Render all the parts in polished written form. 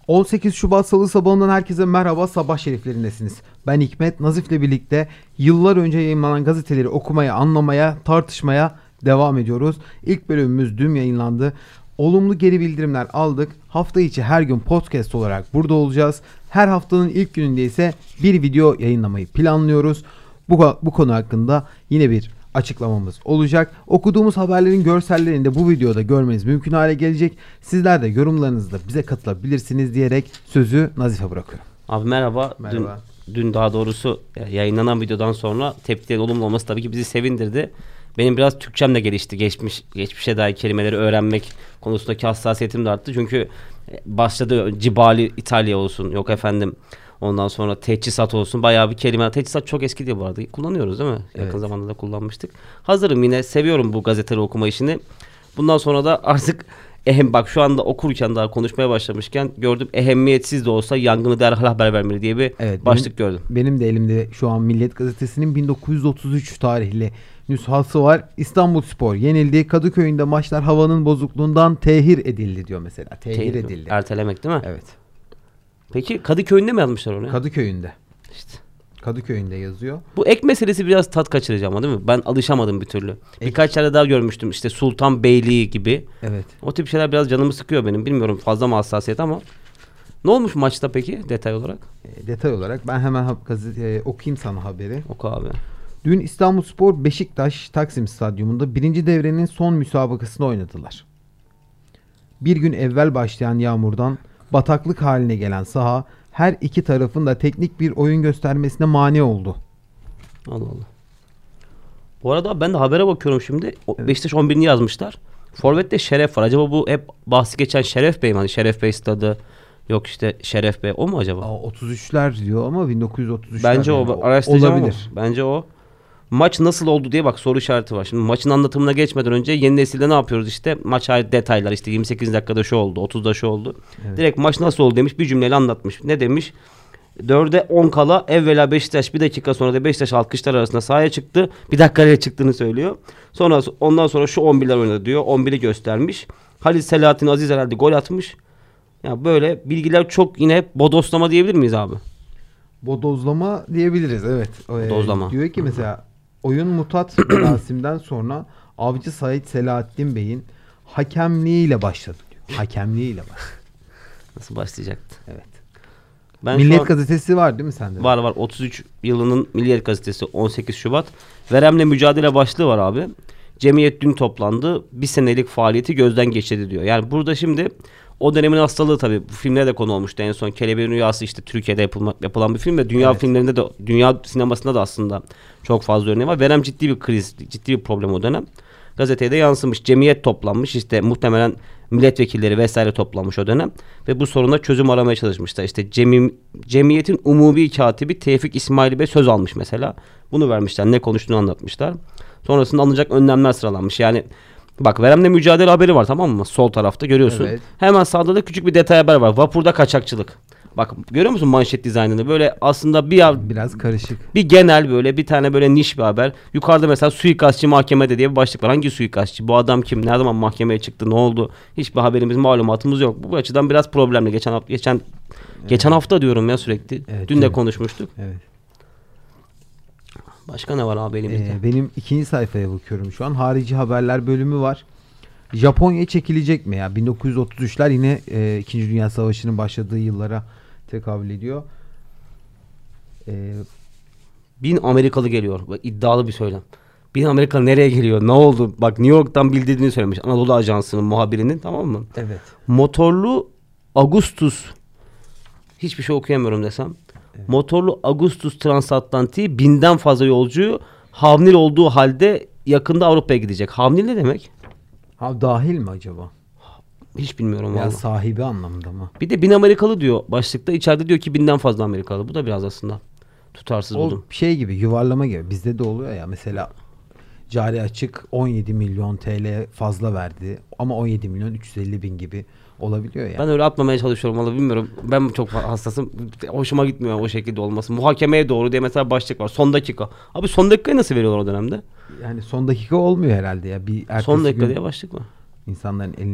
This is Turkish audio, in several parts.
18 Şubat Salı sabahından herkese merhaba, sabah şeriflerindesiniz. Ben Hikmet, Nazif'le birlikte yıllar önce yayınlanan gazeteleri okumaya, anlamaya, tartışmaya devam ediyoruz. İlk bölümümüz dün yayınlandı. Olumlu geri bildirimler aldık. Hafta içi her gün podcast olarak burada olacağız. Her haftanın ilk gününde ise bir video yayınlamayı planlıyoruz. Bu konu hakkında yine bir açıklamamız olacak. Okuduğumuz haberlerin görsellerini de bu videoda görmeniz mümkün hale gelecek. Sizler de yorumlarınızla bize katılabilirsiniz diyerek sözü Nazif'e bırakıyorum. Abi merhaba. Merhaba. Dün daha doğrusu yayınlanan videodan sonra tepkilerin olumlu olması tabii ki bizi sevindirdi. Benim biraz Türkçem de gelişti. Geçmişe dair kelimeleri öğrenmek konusundaki hassasiyetim de arttı. Çünkü başladı Cibali İtalya olsun. Yok efendim. Ondan sonra teçhizat olsun. Bayağı bir kelime. Teçhizat çok eski diye bu arada. Kullanıyoruz değil mi? Evet. Yakın zamanda da kullanmıştık. Hazırım yine. Seviyorum bu gazeteleri okuma işini. Bundan sonra da artık bak şu anda okurken daha konuşmaya başlamışken gördüm, ehemmiyetsiz de olsa yangını derhal haber vermeli diye bir başlık gördüm. Benim de elimde şu an Milliyet Gazetesi'nin 1933 tarihli nüshası var. İstanbulspor yenildi. Kadıköy'ünde maçlar havanın bozukluğundan tehir edildi diyor mesela. Tehir edildi. Ertelemek değil mi? Evet. Peki Kadıköy'ünde mi yazmışlar onu? Kadıköy'ünde. İşte. Kadıköy'ünde yazıyor. Bu ek meselesi biraz tat kaçırıcı ama değil mi? Ben alışamadım bir türlü. Birkaç yerde daha görmüştüm. İşte Sultanbeyliği gibi. Evet. O tip şeyler biraz canımı sıkıyor benim. Bilmiyorum fazla mı hassasiyet ama. Ne olmuş maçta peki detay olarak? Detay olarak ben hemen okuyayım sana haberi. Oku abi. Dün İstanbulspor Beşiktaş Taksim Stadyumunda birinci devrenin son müsabakasını oynadılar. Bir gün evvel başlayan yağmurdan bataklık haline gelen saha her iki tarafın da teknik bir oyun göstermesine mani oldu. Allah Allah. Bu arada ben de habere bakıyorum şimdi. Evet. Beşiktaş 11'ini yazmışlar. Forvet'te Şeref var. Acaba bu hep bahsi geçen Şeref Bey mi? Hani Şeref Bey stadı. Yok işte Şeref Bey. O mu acaba? 33'ler diyor ama 1933'ler. Bence yani. o. Araştıracağım olabilir. ama. Bence o. Maç nasıl oldu diye bak soru işareti var. Şimdi maçın anlatımına geçmeden önce yeni nesilde ne yapıyoruz işte? Maç ait detaylar işte 28 dakikada şu oldu, 30'da şu oldu. Evet. Direkt maç nasıl oldu demiş, bir cümleyle anlatmış. Ne demiş? 4'e 10 kala evvela Beşiktaş, bir dakika sonra da Beşiktaş alkışlar arasında sahaya çıktı. Bir dakikaya çıktığını söylüyor. Ondan sonra şu 11'ler oynadı diyor. 11'i göstermiş. Halil Selahattin Aziz herhalde gol atmış. Ya böyle bilgiler çok, yine hep bodoslama diyebilir miyiz abi? Bodozlama diyebiliriz, evet. Bodozlama. Diyor ki mesela oyun mutat merasimden sonra Avcı Said Selahattin Bey'in hakemliğiyle başladı diyor. Hakemliğiyle başladı. Nasıl başlayacaktı? Evet. Ben Milliyet Gazetesi var değil mi sende? Var 33 yılının Milliyet Gazetesi 18 Şubat. Veremle mücadele başlığı var abi. Cemiyet dün toplandı. Bir senelik faaliyeti gözden geçirdi diyor. Yani burada şimdi o dönemin hastalığı tabii. Bu filmlere de konu olmuştu. En son Kelebeğin Rüyası işte Türkiye'de yapılan bir film ve dünya filmlerinde de, dünya sinemasında da aslında çok fazla örneği var. Verem ciddi bir kriz, ciddi bir problem o dönem. Gazeteye de yansımış. Cemiyet toplanmış. İşte muhtemelen milletvekilleri vesaire toplanmış o dönem. Ve bu soruna çözüm aramaya çalışmışlar. İşte Cemiyet'in umumi katibi Tevfik İsmail Bey söz almış mesela. Bunu vermişler. Ne konuştuğunu anlatmışlar. Sonrasında alınacak önlemler sıralanmış. Yani bak, Verem'le mücadele haberi var, tamam mı? Sol tarafta görüyorsun. Evet. Hemen sağda da küçük bir detay haber var. Vapurda kaçakçılık. Bak görüyor musun manşet dizaynını? Böyle aslında biraz karışık. Bir genel böyle bir tane böyle niş bir haber. Yukarıda mesela suikastçı mahkemede diye bir başlık var. Hangi suikastçı? Bu adam kim? Ne zaman mahkemeye çıktı? Ne oldu? Hiçbir haberimiz, malumatımız yok. Bu açıdan biraz problemli. Geçen hafta diyorum ya sürekli. Evet, dün de konuşmuştuk. Evet. Başka ne var abi elimizde? Benim ikinci sayfaya bakıyorum şu an. Harici haberler bölümü var. Japonya çekilecek mi ya? 1933'ler yine 2. Dünya Savaşı'nın başladığı yıllara tekabül ediyor. 1000 Amerikalı geliyor. Bak, iddialı bir söylem. 1000 Amerikalı nereye geliyor? Ne oldu? Bak New York'tan bildirdiğini söylemiş. Anadolu Ajansı'nın muhabirinin, tamam mı? Evet. Motorlu Augustus. Hiçbir şey okuyamıyorum desem. Evet. Motorlu Augustus transatlantiği 1000'den fazla yolcuyu havnil olduğu halde yakında Avrupa'ya gidecek. Havnil ne demek? Ha, dahil mi acaba? Hiç bilmiyorum. Ya sahibi anlamında mı? Bir de 1000 Amerikalı diyor başlıkta. İçeride diyor ki 1000'den fazla Amerikalı. Bu da biraz aslında tutarsız buldum. O şey gibi, yuvarlama gibi. Bizde de oluyor ya mesela cari açık 17 milyon TL fazla verdi ama 17 milyon 350 bin gibi olabiliyor ya. Ben öyle atmamaya çalışıyorum vallahi, bilmiyorum. Ben çok hassasım. Hoşuma gitmiyor o şekilde olması. Muhakemeye doğru diye mesela başlık var. Son dakika. Abi son dakikayı nasıl veriyorlar o dönemde? Yani son dakika olmuyor herhalde ya. Bir son dakika diye başlık var. İnsanların eline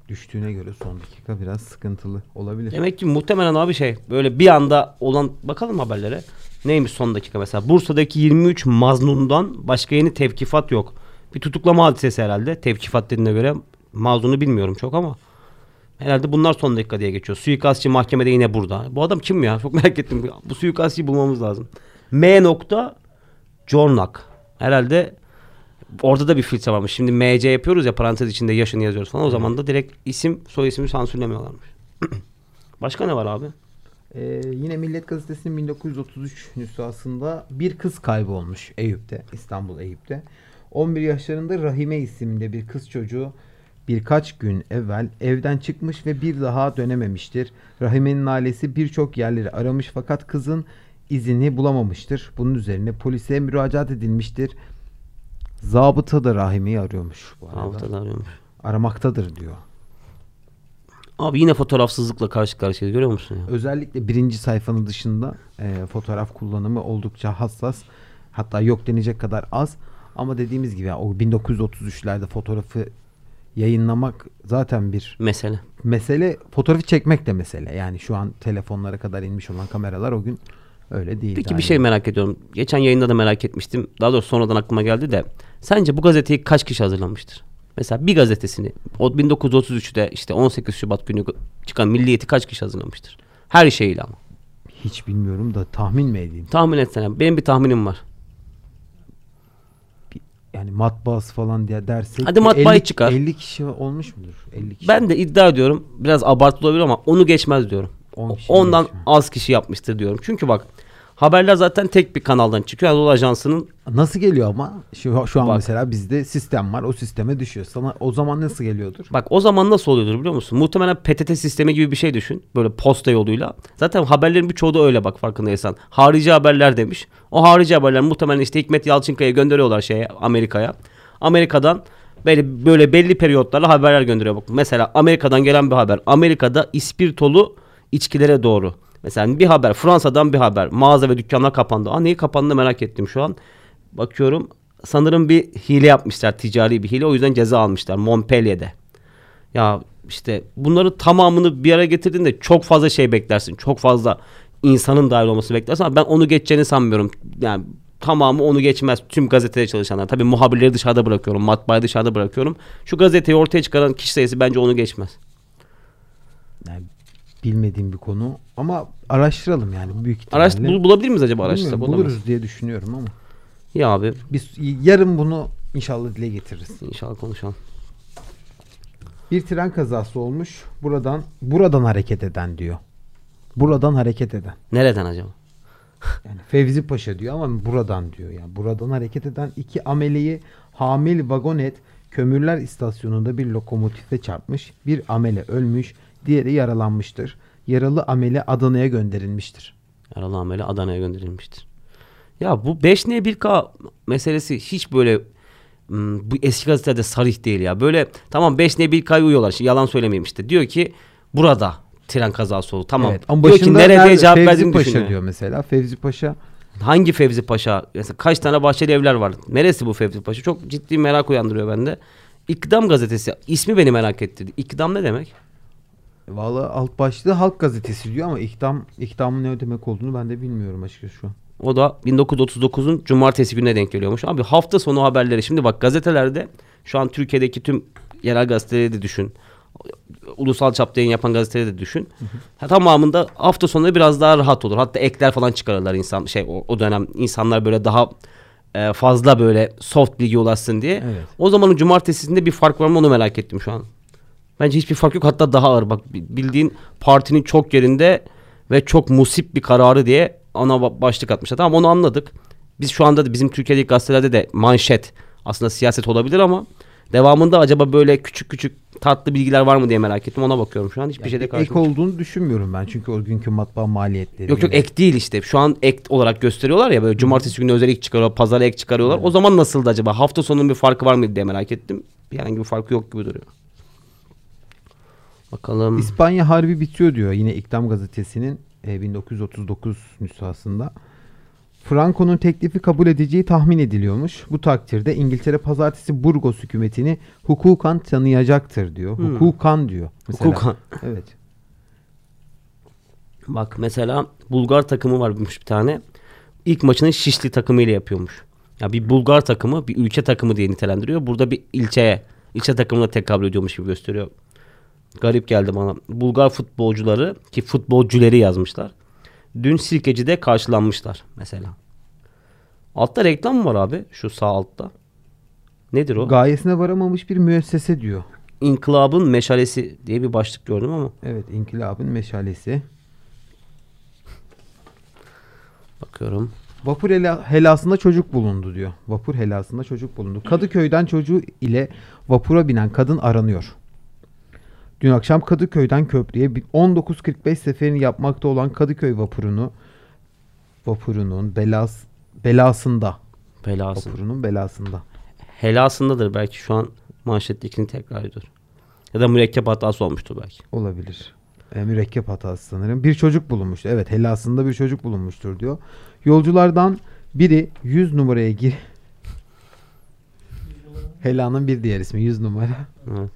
düştüğüne göre son dakika biraz sıkıntılı olabilir. Demek ki muhtemelen abi böyle bir anda olan, bakalım haberlere. Neymiş son dakika mesela? Bursa'daki 23 maznundan başka yeni tevkifat yok. Bir tutuklama hadisesi herhalde. Tevkifat dediğine göre mazlunu bilmiyorum çok ama herhalde bunlar son dakika diye geçiyor. Suikastçı mahkemede yine burada. Bu adam kim ya? Çok merak ettim. Bu suikastçıyı bulmamız lazım. M. Cornak. Herhalde orada da bir filtre varmış. Şimdi MC yapıyoruz ya, parantez içinde yaşını yazıyoruz falan. O zaman da direkt isim soy ismi sansürlemiyorlarmış. Başka ne var abi? Yine Milliyet Gazetesi'nin 1933 nüshasında bir kız kaybolmuş Eyüp'te. İstanbul Eyüp'te. 11 yaşlarında Rahime isimli bir kız çocuğu birkaç gün evvel evden çıkmış ve bir daha dönememiştir. Rahime'nin ailesi birçok yerleri aramış fakat kızın izini bulamamıştır. Bunun üzerine polise müracaat edilmiştir. Zabıta da Rahime'yi arıyormuş bu arada. Zabıta da arıyormuş. Aramaktadır diyor. Abi yine fotoğrafsızlıkla karşı karşıyayız, görüyor musun ya? Özellikle birinci sayfanın dışında fotoğraf kullanımı oldukça hassas. Hatta yok denecek kadar az. Ama dediğimiz gibi o 1933'lerde fotoğrafı yayınlamak zaten bir mesele. Fotoğrafı çekmek de mesele. Yani şu an telefonlara kadar inmiş olan kameralar o gün öyle değil. Peki bir şey merak ediyorum. Geçen yayında da merak etmiştim. Daha doğrusu sonradan aklıma geldi de. Sence bu gazeteyi kaç kişi hazırlamıştır? Mesela bir gazetesini o 1933'te işte 18 Şubat günü çıkan Milliyet'i kaç kişi hazırlamıştır? Her şeyiyle ama. Hiç bilmiyorum da tahmin mi edeyim? Tahmin etsene. Benim bir tahminim var. Yani matbaası falan diye dersek. Hadi matbaayı çıkar. 50 kişi olmuş mudur? 50 kişi. Ben de iddia ediyorum. Biraz abartılı olabilir ama onu geçmez diyorum. Ondan az kişi yapmıştır diyorum. Çünkü bak, haberler zaten tek bir kanaldan çıkıyor. Anadolu Ajansı'nın. Nasıl geliyor ama? Şu an bak, mesela bizde sistem var. O sisteme düşüyor. Sana o zaman nasıl geliyordur? Bak o zaman nasıl oluyordur biliyor musun? Muhtemelen PTT sistemi gibi bir şey düşün. Böyle posta yoluyla. Zaten haberlerin birçoğu da öyle, bak farkındaysan. Harici haberler demiş. O harici haberler muhtemelen işte Hikmet Yalçınkaya gönderiyorlar Amerika'ya. Amerika'dan böyle belli periyotlarla haberler gönderiyor. Bak mesela Amerika'dan gelen bir haber. Amerika'da ispirtolu içkilere doğru. Mesela bir haber, Fransa'dan bir haber. Mağaza ve dükkanlar kapandı. Neyi kapandı merak ettim şu an. Bakıyorum, sanırım bir hile yapmışlar, ticari bir hile. O yüzden ceza almışlar Montpellier'de. Ya işte bunları tamamını bir araya getirdiğinde çok fazla şey beklersin. Çok fazla insanın dahil olması beklersin ama ben onu geçeceğini sanmıyorum. Yani tamamı onu geçmez. Tüm gazetede çalışanlar. Tabii muhabirleri dışarıda bırakıyorum. Matbaayı dışarıda bırakıyorum. Şu gazeteyi ortaya çıkaran kişi sayısı bence onu geçmez. Yani bilmediğim bir konu ama araştıralım yani büyük ihtimalle. Bulabilir miyiz acaba araştırsak? Buluruz diye düşünüyorum ama. Ya abi. Biz yarın bunu inşallah dile getiririz. İnşallah konuşalım. Bir tren kazası olmuş. Buradan hareket eden diyor. Buradan hareket eden. Nereden acaba? Yani Fevzi Paşa diyor ama buradan diyor. Yani buradan hareket eden iki ameleyi hamil vagonet kömürler istasyonunda bir lokomotife çarpmış. Bir amele ölmüş, diğeri yaralanmıştır. Yaralı amele Adana'ya gönderilmiştir. Yaralı amele Adana'ya gönderilmiştir. Ya bu 5N1K meselesi hiç böyle bu eski gazetelerde sarih değil ya. Böyle tamam 5N1K'ya uyuyorlar. Şimdi yalan söylemeyeyim işte. Diyor ki burada tren kazası oldu. Tamam. Evet, ama diyor ki nerede cevap verdiğini Paşa düşünüyor. diyor mesela. Fevzi Paşa. Hangi Fevzi Paşa? Mesela kaç tane Bahçeli evler var? Neresi bu Fevzi Paşa? Çok ciddi merak uyandırıyor bende. İkdam gazetesi. İsmi beni merak ettirdi. İkdam ne demek? Vallahi alt başlığı Halk Gazetesi diyor ama ikdamın ne demek olduğunu ben de bilmiyorum açıkçası şu an. O da 1939'un cumartesi gününe denk geliyormuş. Abi hafta sonu haberleri. Şimdi bak gazetelerde şu an Türkiye'deki tüm yerel gazeteleri de düşün. Ulusal çapta yayın yapan gazeteleri de düşün. Tamamında hafta sonları biraz daha rahat olur. Hatta ekler falan çıkarırlar o dönem insanlar böyle daha fazla böyle soft bilgi ulaşsın diye. Evet. O zamanın cumartesisinde bir fark var mı onu merak ettim şu an. Bence hiçbir fark yok. Hatta daha ağır. Bak bildiğin partinin çok yerinde ve çok musip bir kararı diye ana başlık atmışlar. Tamam onu anladık. Biz şu anda da bizim Türkiye'deki gazetelerde de manşet aslında siyaset olabilir ama devamında acaba böyle küçük küçük tatlı bilgiler var mı diye merak ettim. Ona bakıyorum şu an. Hiçbir şeyde karşıma. Ek olduğunu düşünmüyorum ben. Çünkü o günkü matbaa maliyetleri. Yok ek değil işte. Şu an ek olarak gösteriyorlar ya böyle cumartesi günü özel ek çıkarıyorlar. Pazar ek çıkarıyorlar. Evet. O zaman nasıldı acaba? Hafta sonunun bir farkı var mıydı diye merak ettim. Herhangi bir farkı yok gibi duruyor. Bakalım. İspanya harbi bitiyor diyor. Yine İktam gazetesinin 1939 nüshasında. Franco'nun teklifi kabul edeceği tahmin ediliyormuş. Bu takdirde İngiltere pazartesi Burgos hükümetini hukukan tanıyacaktır diyor. Hukukan diyor. Mesela. Hukukan. Evet. Bak mesela Bulgar takımı varmış bir tane. İlk maçını Şişli takımıyla yapıyormuş. Ya bir Bulgar takımı bir ülke takımı diye nitelendiriyor. Burada bir ilçe takımına tekabül ediyormuş gibi gösteriyor. Garip geldi bana. Bulgar futbolcuları ki futbolcuları yazmışlar. Dün Sirkeci'de karşılanmışlar mesela. Altta reklam mı var abi? Şu sağ altta. Nedir o? Gayesine varamamış bir müessese diyor. İnkılabın Meşalesi diye bir başlık gördüm ama. Evet, İnkılabın Meşalesi. Bakıyorum. Vapur helasında çocuk bulundu diyor. Vapur helasında çocuk bulundu. Kadıköy'den çocuğu ile vapura binen kadın aranıyor. Dün akşam Kadıköy'den köprüye 19.45 seferini yapmakta olan Kadıköy vapurunun belasında. Vapurunun belasında. Helasındadır belki şu an manşettekini tekrar ediyor. Ya da mürekkep hatası olmuştur belki. Olabilir. Mürekkep hatası sanırım. Bir çocuk bulunmuş. Evet, helasında bir çocuk bulunmuştur diyor. Yolculardan biri 100 numaraya Hela'nın bir diğer ismi 100 numara. Evet.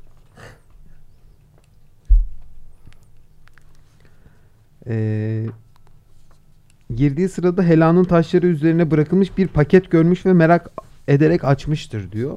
Girdiği sırada Hela'nın taşları üzerine bırakılmış bir paket görmüş ve merak ederek açmıştır diyor.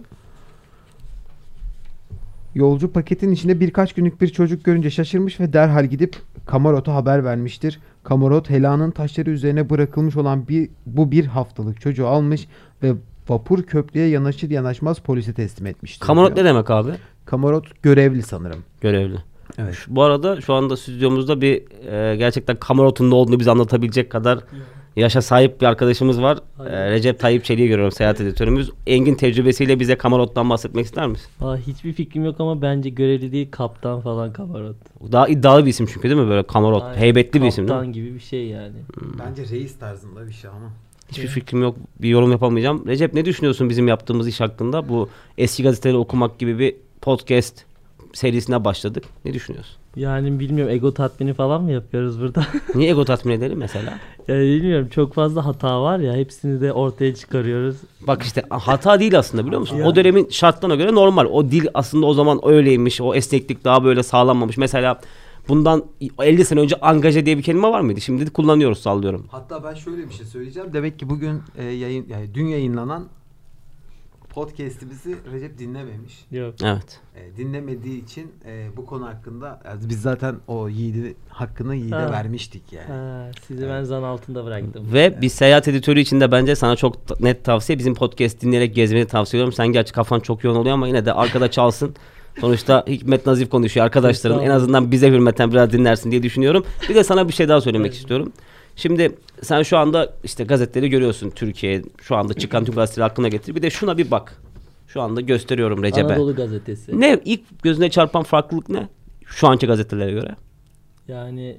Yolcu paketin içinde birkaç günlük bir çocuk görünce şaşırmış ve derhal gidip Kamarot'a haber vermiştir. Kamarot Hela'nın taşları üzerine bırakılmış olan bu bir haftalık çocuğu almış ve vapur köprüye yanaşır yanaşmaz polise teslim etmiştir. Kamarot diyor. ne demek abi? Kamarot görevli sanırım. Görevli. Evet. Bu arada şu anda stüdyomuzda bir gerçekten Kamarot'un ne olduğunu bize anlatabilecek kadar yaşa sahip bir arkadaşımız var. Recep Tayyip Çelik'i görüyorum, seyahat editörümüz. Engin tecrübesiyle bize Kamarot'tan bahsetmek ister misin? Hiçbir fikrim yok ama bence görevli değil, kaptan falan Kamarot. Daha iddialı bir isim çünkü değil mi böyle Kamarot? Aynen, Heybetli bir isim değil mi? Kaptan gibi bir şey yani. Bence reis tarzında bir şey ama. Hiçbir fikrim yok. Bir yorum yapamayacağım. Recep, ne düşünüyorsun bizim yaptığımız iş hakkında? Bu eski gazeteleri okumak gibi bir podcast serisine başladık. Ne düşünüyorsun? Yani bilmiyorum, ego tatmini falan mı yapıyoruz burada? Niye ego tatmin edelim mesela? Yani bilmiyorum, çok fazla hata var ya, hepsini de ortaya çıkarıyoruz. Bak işte hata değil aslında, biliyor musun? Ya. O dönemin şartlarına göre normal. O dil aslında o zaman öyleymiş. O esneklik daha böyle sağlanmamış. Mesela bundan 50 sene önce angaje diye bir kelime var mıydı? Şimdi de kullanıyoruz, sallıyorum. Hatta ben şöyle bir şey söyleyeceğim. Demek ki bugün dün yayınlanan podcast'imizi Recep dinlememiş. Yok. Evet. Dinlemediği için bu konu hakkında biz zaten o hakkını Yiğit'e vermiştik yani. Sizi ben zan altında bıraktım. Ve bir seyahat editörü için de bence sana çok net tavsiye. Bizim podcast dinleyerek gezmeni tavsiye ediyorum. Sen gerçi kafan çok yoğun oluyor ama yine de arkada çalsın. Sonuçta Hikmet Nazif konuşuyor. Arkadaşların en azından bize hürmeten biraz dinlersin diye düşünüyorum. Bir de sana bir şey daha söylemek istiyorum. Şimdi sen şu anda işte gazeteleri görüyorsun, Türkiye şu anda çıkan tüm gazeteleri aklına getir. Bir de şuna bir bak. Şu anda gösteriyorum Recep'e. Anadolu Gazetesi. Ne ilk gözüne çarpan farklılık ne? Şu anki gazetelere göre. Yani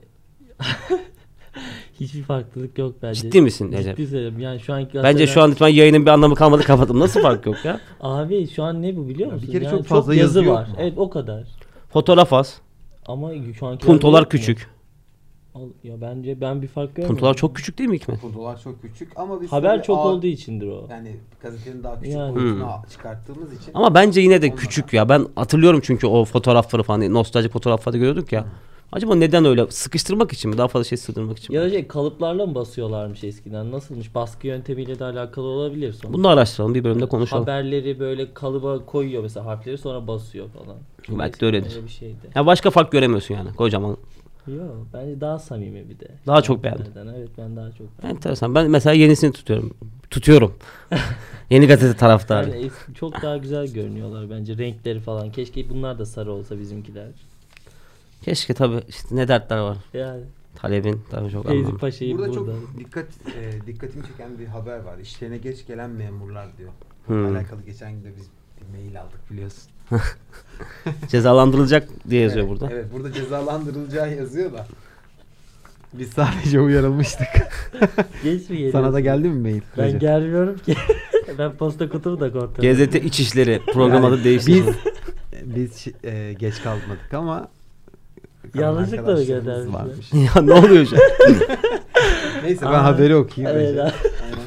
hiçbir farklılık yok bence. Ciddi misin Recep? Ciddi söylüyorum. Yani şu anki Bence şu an lütfen yayının bir anlamı kalmadı, kapattım. Nasıl fark yok ya? Abi şu an ne bu biliyor musun? Bir kere Yani çok fazla yazı yok var. mu? Evet, o kadar. Fotoğraf az. Ama şu anki Puntolar küçük. Ya bence ben bir fark görmüyorum. Puntolar çok küçük değil mi Hikmet? Puntolar çok küçük ama biz Haber tabii çok olduğu içindir o. yani gazetenin daha küçük Yani. boyutunu çıkarttığımız için. Ama bence yine de Olmadan. küçük ya. Ben hatırlıyorum çünkü o fotoğrafları falan, nostaljik fotoğrafları görüyorduk ya. Acaba neden öyle? Sıkıştırmak için mi? Daha fazla şey sığdırmak için mi? Ya da kalıplarla mı basıyorlarmış eskiden? Nasılmış? Baskı yöntemiyle de alakalı olabilir sonuçta. Bunu araştıralım, bir bölümde konuşalım. Haberleri böyle kalıba koyuyor mesela, harfleri sonra basıyor falan. Belki de öyledir. Öyle bir şeydi. Ya başka fark göremiyorsun yani kocaman. Yok, bence daha samimi bir de. Daha çok beğendim. Evet, ben daha çok beğendim. Enteresan. Ben mesela yenisini tutuyorum. Yeni gazete taraftarı. Yani çok daha güzel görünüyorlar bence, renkleri falan. Keşke bunlar da sarı olsa bizimkiler. Keşke, tabii işte ne dertler var. Yani Talebin tabii çok Feyzi anlamlı. Paşa'yı Burada burada. çok dikkatimi çeken bir haber var. İşlerine geç gelen memurlar diyor. Alakalı geçen gün de biz bir mail aldık biliyorsun. Cezalandırılacak diye yazıyor Evet, burada. Evet, burada cezalandırılacağı yazıyor da. Biz sadece uyarılmıştık. Geç mi geliyorsun? Sana da geldi mi mail? Ben Recep? gelmiyorum ki. Ben posta kutumu da kontrol GZT İçişleri program adı değişti. Biz geç kalmadık ama Yanlışlıkla mı arkadaşlarımız göndermişler? varmış. Ya ne oluyor şu an? Neyse ben haberi okuyayım. Evet, Recep. abi. Aynen.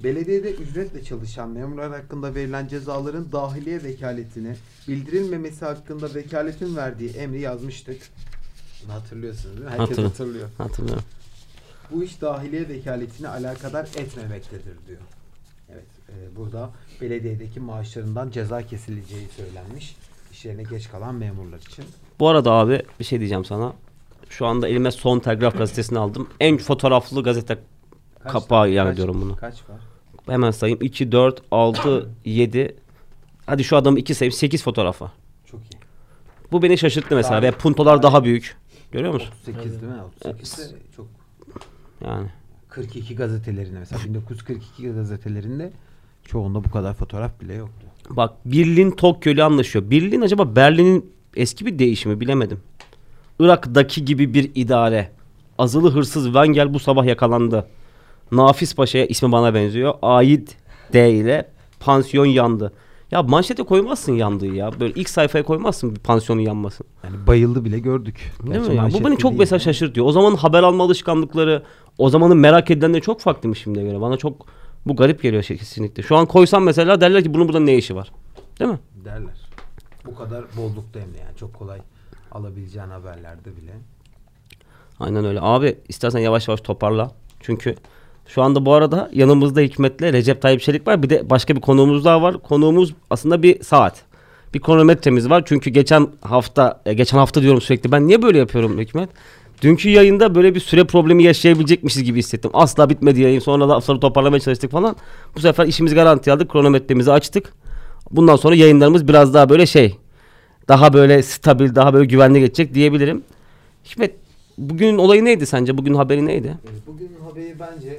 Belediyede ücretle çalışan memurlar hakkında verilen cezaların dahiliye vekaletini bildirilmemesi hakkında vekaletin verdiği emri yazmıştık. Bunu hatırlıyorsunuz değil mi? Herkes hatırlıyor. Hatırlıyorum. Bu iş dahiliye vekaletini alakadar etmemektedir diyor. Evet, burada belediyedeki maaşlarından ceza kesileceği söylenmiş. İşlerine geç kalan memurlar için. Bu arada abi bir şey diyeceğim sana. Şu anda elime Son Telgraf gazetesini aldım. En fotoğraflı gazete kapağı ilan ediyorum bunu. Kaç var? Hemen sayayım. 2, 4, 6, 7. Hadi şu adamı 2 sayayım. 8 fotoğraf var. Çok iyi. Bu beni şaşırttı mesela. Ve puntolar daha büyük. Görüyor musun? 38 değil mi? 38 de çok. Yani. 42 gazetelerinde mesela 1942 gazetelerinde çoğunda bu kadar fotoğraf bile yoktu. Bak Berlin Tokyo ile anlaşıyor. Berlin acaba Berlin'in eski bir değişimi bilemedim. Irak'daki gibi bir idare. Azılı hırsız Wengel bu sabah yakalandı. Nafiz Paşa'ya ismi bana benziyor. Ait D ile pansiyon yandı. Ya manşete koymazsın yandığı ya. Böyle ilk sayfaya koymazsın bir pansiyonun yanmasını. Yani bayıldı bile gördük. Değil mi ya? Bu beni çok mesela şaşırtıyor. O zaman haber alma alışkanlıkları, o zamanın merak edilenleri çok farklıymış şimdiye göre. Bana çok bu garip geliyor kesinlikle. Şu an koysam mesela derler ki bunun burada ne işi var? Değil mi? Derler. Bu kadar bollukta hem de yani çok kolay alabileceğin haberlerde bile. Aynen öyle. Abi istersen yavaş yavaş toparla. Çünkü şu anda bu arada yanımızda Hikmet'le Recep Tayyip Çelik var. Bir de başka bir konuğumuz daha var. Konuğumuz aslında bir saat. Bir kronometremiz var. Çünkü geçen hafta diyorum sürekli. Ben niye böyle yapıyorum Hikmet? Dünkü yayında böyle bir süre problemi yaşayabilecekmişiz gibi hissettim. Asla bitmedi yayın. Sonra toparlamaya çalıştık falan. Bu sefer işimizi garanti aldık. Kronometremizi açtık. Bundan sonra yayınlarımız biraz daha böyle daha böyle stabil, daha böyle güvenli geçecek diyebilirim. Hikmet, bugün olayı neydi sence? Bugün haberi neydi? Bugün haberi bence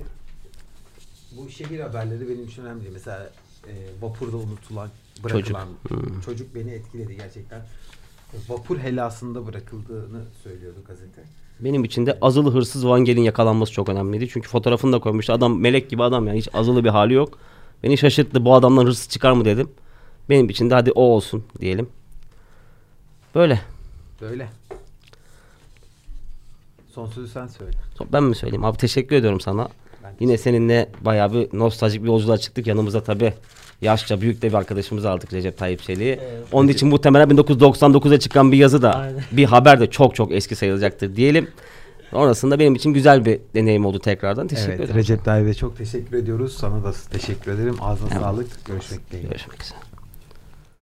bu şehir haberleri benim için önemli. Mesela vapurda unutulan, bırakılan çocuk beni etkiledi gerçekten. Vapur helasında bırakıldığını söylüyordu gazete. Benim için de azılı hırsız Wangel'in yakalanması çok önemliydi. Çünkü fotoğrafını da koymuştu. Adam melek gibi adam yani. Hiç azılı bir hali yok. Beni şaşırttı. Bu adamdan hırsız çıkar mı dedim. Benim için de hadi o olsun diyelim. Böyle. Son sözü sen söyle. Ben mi söyleyeyim? Abi teşekkür ediyorum sana. Yine seninle bayağı bir nostaljik bir yolculuğa çıktık. Yanımıza tabii yaşça büyük de bir arkadaşımızı aldık, Recep Tayyip Çelik'i. Evet. Onun için muhtemelen 1999'a çıkan bir yazı da bir haber de çok çok eski sayılacaktır diyelim. Sonrasında benim için güzel bir deneyim oldu tekrardan. Teşekkür ederim. Recep Tayyip'e çok teşekkür ediyoruz. Sana da teşekkür ederim. Ağzına sağlık. Görüşmek dileğiyle. Görüşmek üzere.